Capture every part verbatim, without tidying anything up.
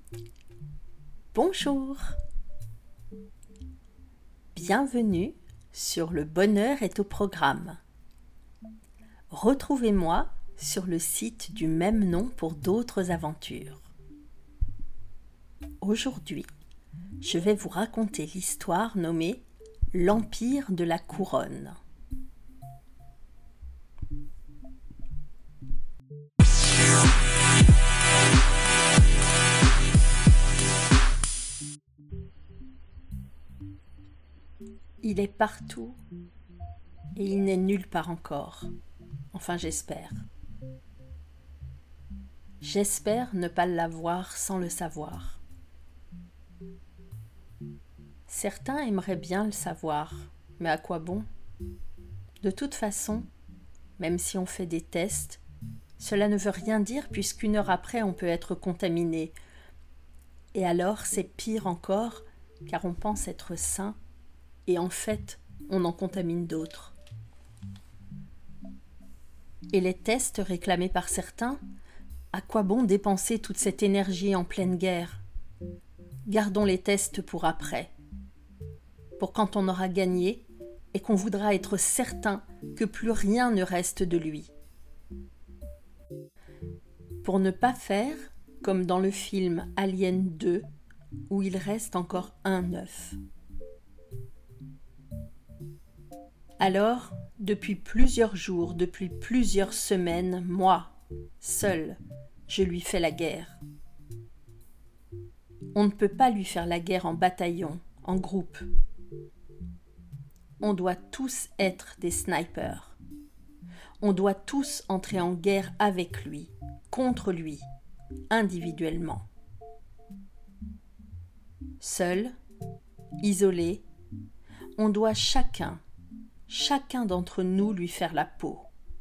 Bonjour, bienvenue sur Le Bonheur est au programme. Retrouvez-moi sur le site du même nom pour d'autres aventures. Aujourd'hui, je vais vous raconter l'histoire nommée L'Empire de la Couronne. Il est partout et il n'est nulle part encore. Enfin, j'espère. J'espère ne pas l'avoir sans le savoir. Certains aimeraient bien le savoir, mais à quoi bon? De toute façon, même si on fait des tests, cela ne veut rien dire puisqu'une heure après on peut être contaminé. Et alors c'est pire encore, car on pense être sain, et en fait, on en contamine d'autres. Et les tests réclamés par certains, à quoi bon dépenser toute cette énergie en pleine guerre? Gardons les tests pour après, pour quand on aura gagné et qu'on voudra être certain que plus rien ne reste de lui. Pour ne pas faire comme dans le film Alien deux, où il reste encore un œuf. Alors, depuis plusieurs jours, depuis plusieurs semaines, moi, seul, je lui fais la guerre. On ne peut pas lui faire la guerre en bataillon, en groupe. On doit tous être des snipers. On doit tous entrer en guerre avec lui, contre lui, individuellement. Seul, isolé, on doit chacun Chacun d'entre nous lui faire la peau.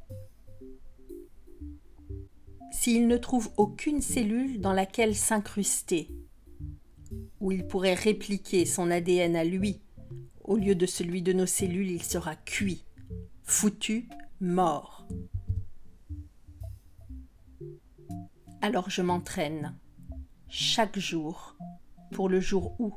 S'il ne trouve aucune cellule dans laquelle s'incruster, où il pourrait répliquer son A D N à lui, au lieu de celui de nos cellules, il sera cuit, foutu, mort. Alors je m'entraîne, chaque jour, pour le jour où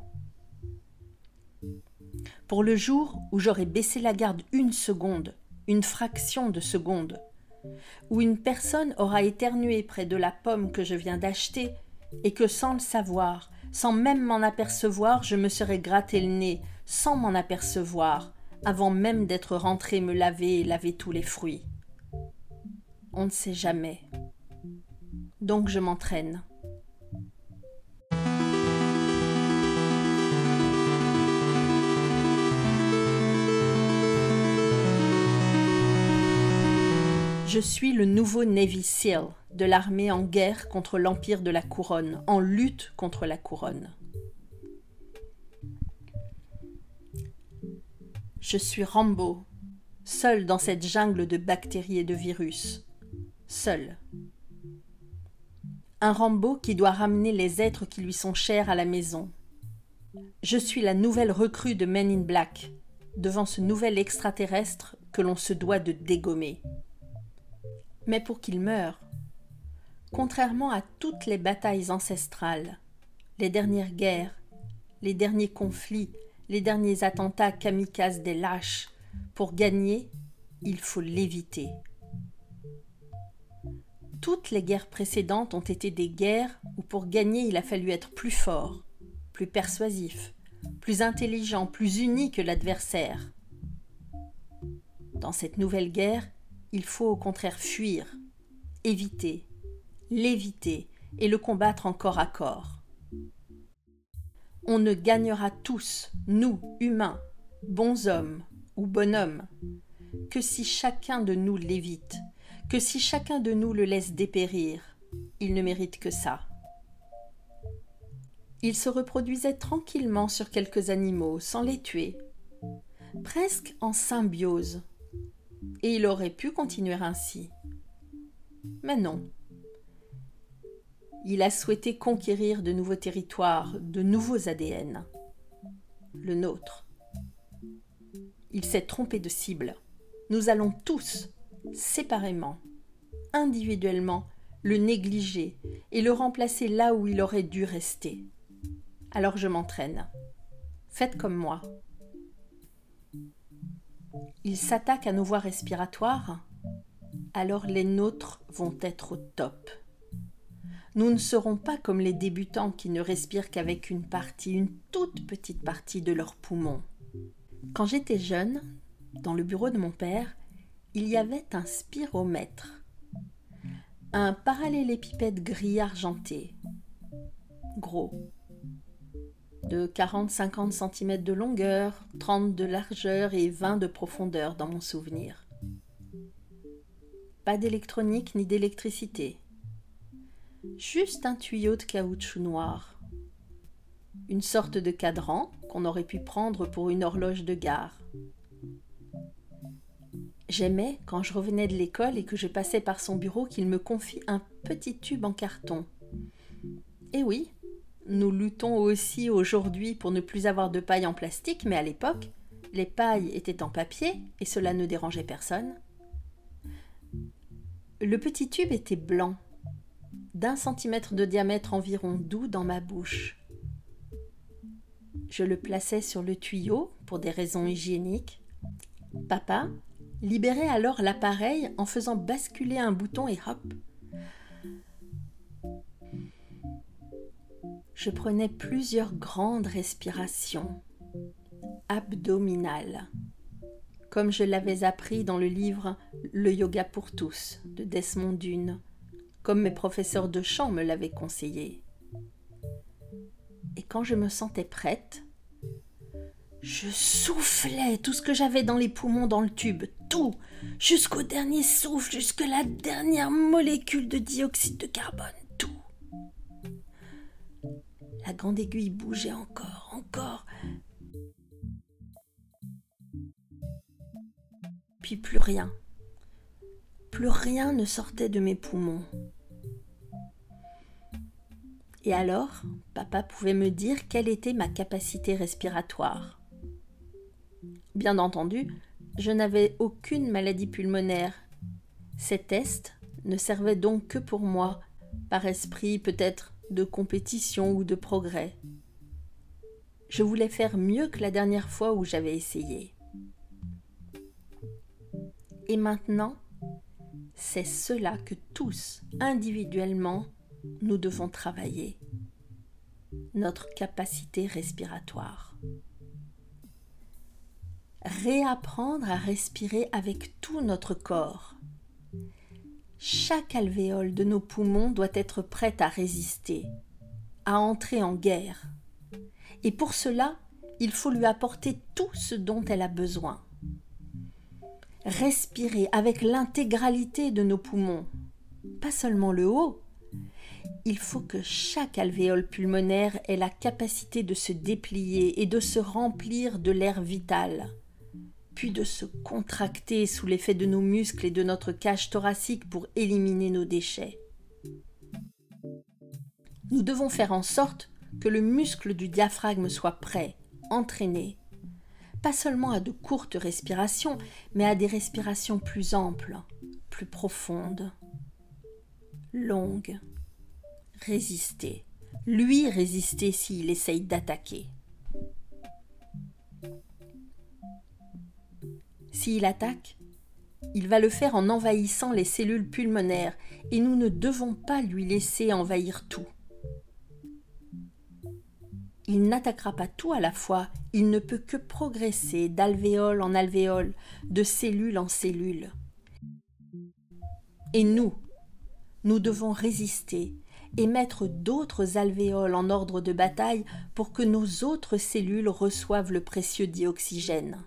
Pour le jour où j'aurai baissé la garde une seconde, une fraction de seconde, où une personne aura éternué près de la pomme que je viens d'acheter et que sans le savoir, sans même m'en apercevoir, je me serais gratté le nez, sans m'en apercevoir, avant même d'être rentré me laver et laver tous les fruits. On ne sait jamais. Donc je m'entraîne. Je suis le nouveau Navy SEAL de l'armée en guerre contre l'Empire de la Couronne, en lutte contre la Couronne. Je suis Rambo, seul dans cette jungle de bactéries et de virus. Seul. Un Rambo qui doit ramener les êtres qui lui sont chers à la maison. Je suis la nouvelle recrue de Men in Black, devant ce nouvel extraterrestre que l'on se doit de dégommer. Mais pour qu'il meure, contrairement à toutes les batailles ancestrales, les dernières guerres, les derniers conflits, les derniers attentats kamikazes des lâches, pour gagner, il faut l'éviter. Toutes les guerres précédentes ont été des guerres où pour gagner il a fallu être plus fort, plus persuasif, plus intelligent, plus uni que l'adversaire. Dans cette nouvelle guerre, il faut au contraire fuir, éviter, l'éviter et le combattre en corps à corps. On ne gagnera tous, nous, humains, bons hommes ou bonhommes, que si chacun de nous l'évite, que si chacun de nous le laisse dépérir. Il ne mérite que ça. Il se reproduisait tranquillement sur quelques animaux, sans les tuer, presque en symbiose. Et il aurait pu continuer ainsi. Mais non. Il a souhaité conquérir de nouveaux territoires, de nouveaux A D N. Le nôtre. Il s'est trompé de cible. Nous allons tous, séparément, individuellement, le négliger et le remplacer là où il aurait dû rester. Alors je m'entraîne. Faites comme moi. Il s'attaque à nos voies respiratoires, alors les nôtres vont être au top. Nous ne serons pas comme les débutants qui ne respirent qu'avec une partie, une toute petite partie de leurs poumons. Quand j'étais jeune, dans le bureau de mon père, il y avait un spiromètre, un parallélépipède gris argenté, gros, de quarante à cinquante centimètres de longueur, trente de largeur et vingt de profondeur dans mon souvenir. Pas d'électronique ni d'électricité. Juste un tuyau de caoutchouc noir. Une sorte de cadran qu'on aurait pu prendre pour une horloge de gare. J'aimais, quand je revenais de l'école et que je passais par son bureau, qu'il me confie un petit tube en carton. Et oui, nous luttons aussi aujourd'hui pour ne plus avoir de paille en plastique, mais à l'époque, les pailles étaient en papier et cela ne dérangeait personne. Le petit tube était blanc, d'un centimètre de diamètre environ, doux dans ma bouche. Je le plaçais sur le tuyau pour des raisons hygiéniques. Papa libérait alors l'appareil en faisant basculer un bouton et hop. Je prenais plusieurs grandes respirations abdominales, comme je l'avais appris dans le livre « Le yoga pour tous » de Desmond Dune, comme mes professeurs de chant me l'avaient conseillé. Et quand je me sentais prête, je soufflais tout ce que j'avais dans les poumons dans le tube, tout, jusqu'au dernier souffle, jusqu'à la dernière molécule de dioxyde de carbone, tout. La grande aiguille bougeait encore, encore. Puis plus rien. Plus rien ne sortait de mes poumons. Et alors, papa pouvait me dire quelle était ma capacité respiratoire. Bien entendu, je n'avais aucune maladie pulmonaire. Ces tests ne servaient donc que pour moi, par esprit peut-être de compétition ou de progrès. Je voulais faire mieux que la dernière fois où j'avais essayé. Et maintenant, c'est cela que tous, individuellement, nous devons travailler. Notre capacité respiratoire. Réapprendre à respirer avec tout notre corps. Chaque alvéole de nos poumons doit être prête à résister, à entrer en guerre. Et pour cela, il faut lui apporter tout ce dont elle a besoin. Respirer avec l'intégralité de nos poumons, pas seulement le haut. Il faut que chaque alvéole pulmonaire ait la capacité de se déplier et de se remplir de l'air vital, puis de se contracter sous l'effet de nos muscles et de notre cage thoracique pour éliminer nos déchets. Nous devons faire en sorte que le muscle du diaphragme soit prêt, entraîné, pas seulement à de courtes respirations, mais à des respirations plus amples, plus profondes, longues. Résister, lui résister s'il essaye d'attaquer. S'il attaque, il va le faire en envahissant les cellules pulmonaires et nous ne devons pas lui laisser envahir tout. Il n'attaquera pas tout à la fois, il ne peut que progresser d'alvéole en alvéole, de cellule en cellule. Et nous, nous devons résister et mettre d'autres alvéoles en ordre de bataille pour que nos autres cellules reçoivent le précieux dioxygène.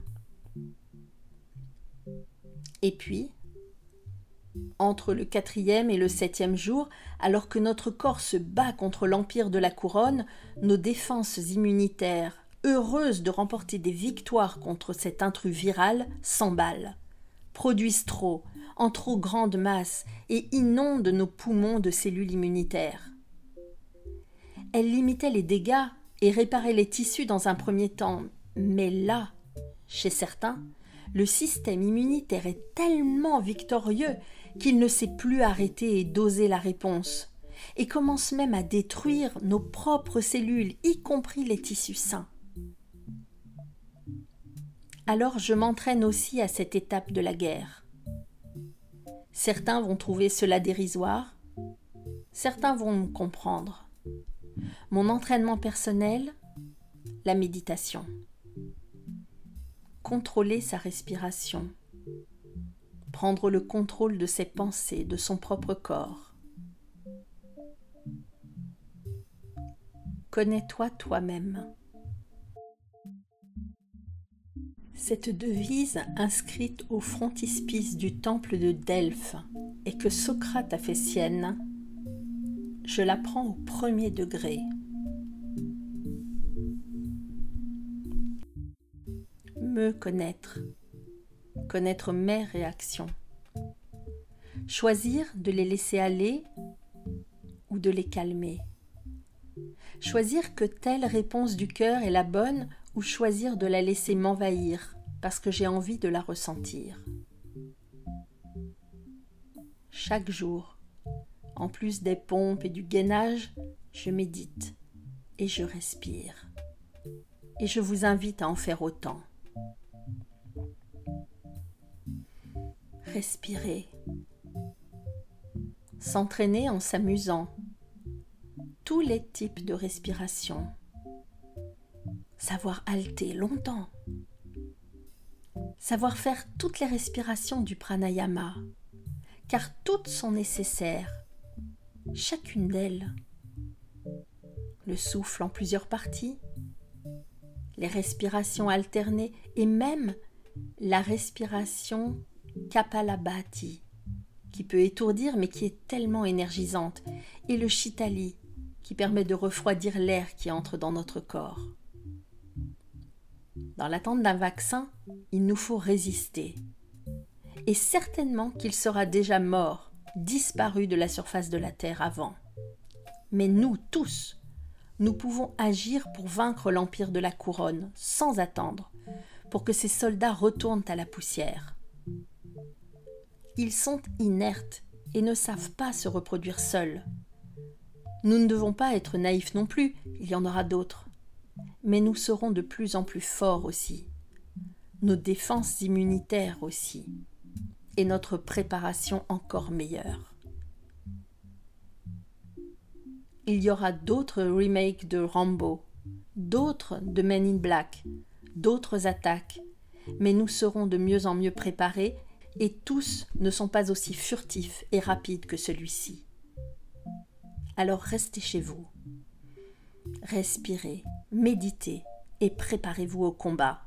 Et puis, entre le quatrième et le septième jour, alors que notre corps se bat contre l'empire de la couronne, nos défenses immunitaires, heureuses de remporter des victoires contre cet intrus viral, s'emballent, produisent trop, en trop grande masse et inondent nos poumons de cellules immunitaires. Elles limitaient les dégâts et réparaient les tissus dans un premier temps, mais là, chez certains, le système immunitaire est tellement victorieux qu'il ne sait plus arrêter et doser la réponse, et commence même à détruire nos propres cellules, y compris les tissus sains. Alors je m'entraîne aussi à cette étape de la guerre. Certains vont trouver cela dérisoire, certains vont me comprendre. Mon entraînement personnel, la méditation. Contrôler sa respiration. Prendre le contrôle de ses pensées, de son propre corps. Connais-toi toi-même. Cette devise inscrite au frontispice du temple de Delphes et que Socrate a fait sienne, je la prends au premier degré. Me connaître, connaître mes réactions, choisir de les laisser aller ou de les calmer, choisir que telle réponse du cœur est la bonne ou choisir de la laisser m'envahir parce que j'ai envie de la ressentir. Chaque jour, en plus des pompes et du gainage, je médite et je respire. Et je vous invite à en faire autant. Respirer. S'entraîner en s'amusant. Tous les types de respiration. Savoir halter longtemps. Savoir faire toutes les respirations du pranayama, car toutes sont nécessaires, chacune d'elles. Le souffle en plusieurs parties, les respirations alternées et même la respiration Kapalabhati, qui peut étourdir mais qui est tellement énergisante, et le Shitali, qui permet de refroidir l'air qui entre dans notre corps. Dans l'attente d'un vaccin, il nous faut résister. Et certainement qu'il sera déjà mort, disparu de la surface de la Terre avant. Mais nous, tous, nous pouvons agir pour vaincre l'empire de la couronne, sans attendre, pour que ces soldats retournent à la poussière. Ils sont inertes et ne savent pas se reproduire seuls. Nous ne devons pas être naïfs non plus, il y en aura d'autres. Mais nous serons de plus en plus forts aussi, nos défenses immunitaires aussi, et notre préparation encore meilleure. Il y aura d'autres remakes de Rambo, d'autres de Men in Black, d'autres attaques, mais nous serons de mieux en mieux préparés et tous ne sont pas aussi furtifs et rapides que celui-ci. Alors restez chez vous. Respirez, méditez et préparez-vous au combat.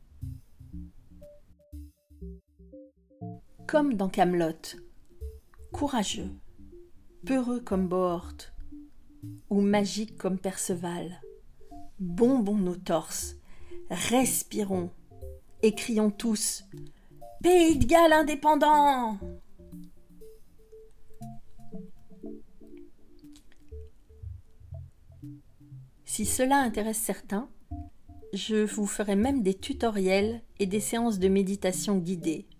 Comme dans Kaamelott, courageux, peureux comme Bohort ou magique comme Perceval, bombons nos torses, respirons et crions tous « Pays de Galles indépendant !» Si cela intéresse certains, je vous ferai même des tutoriels et des séances de méditation guidées.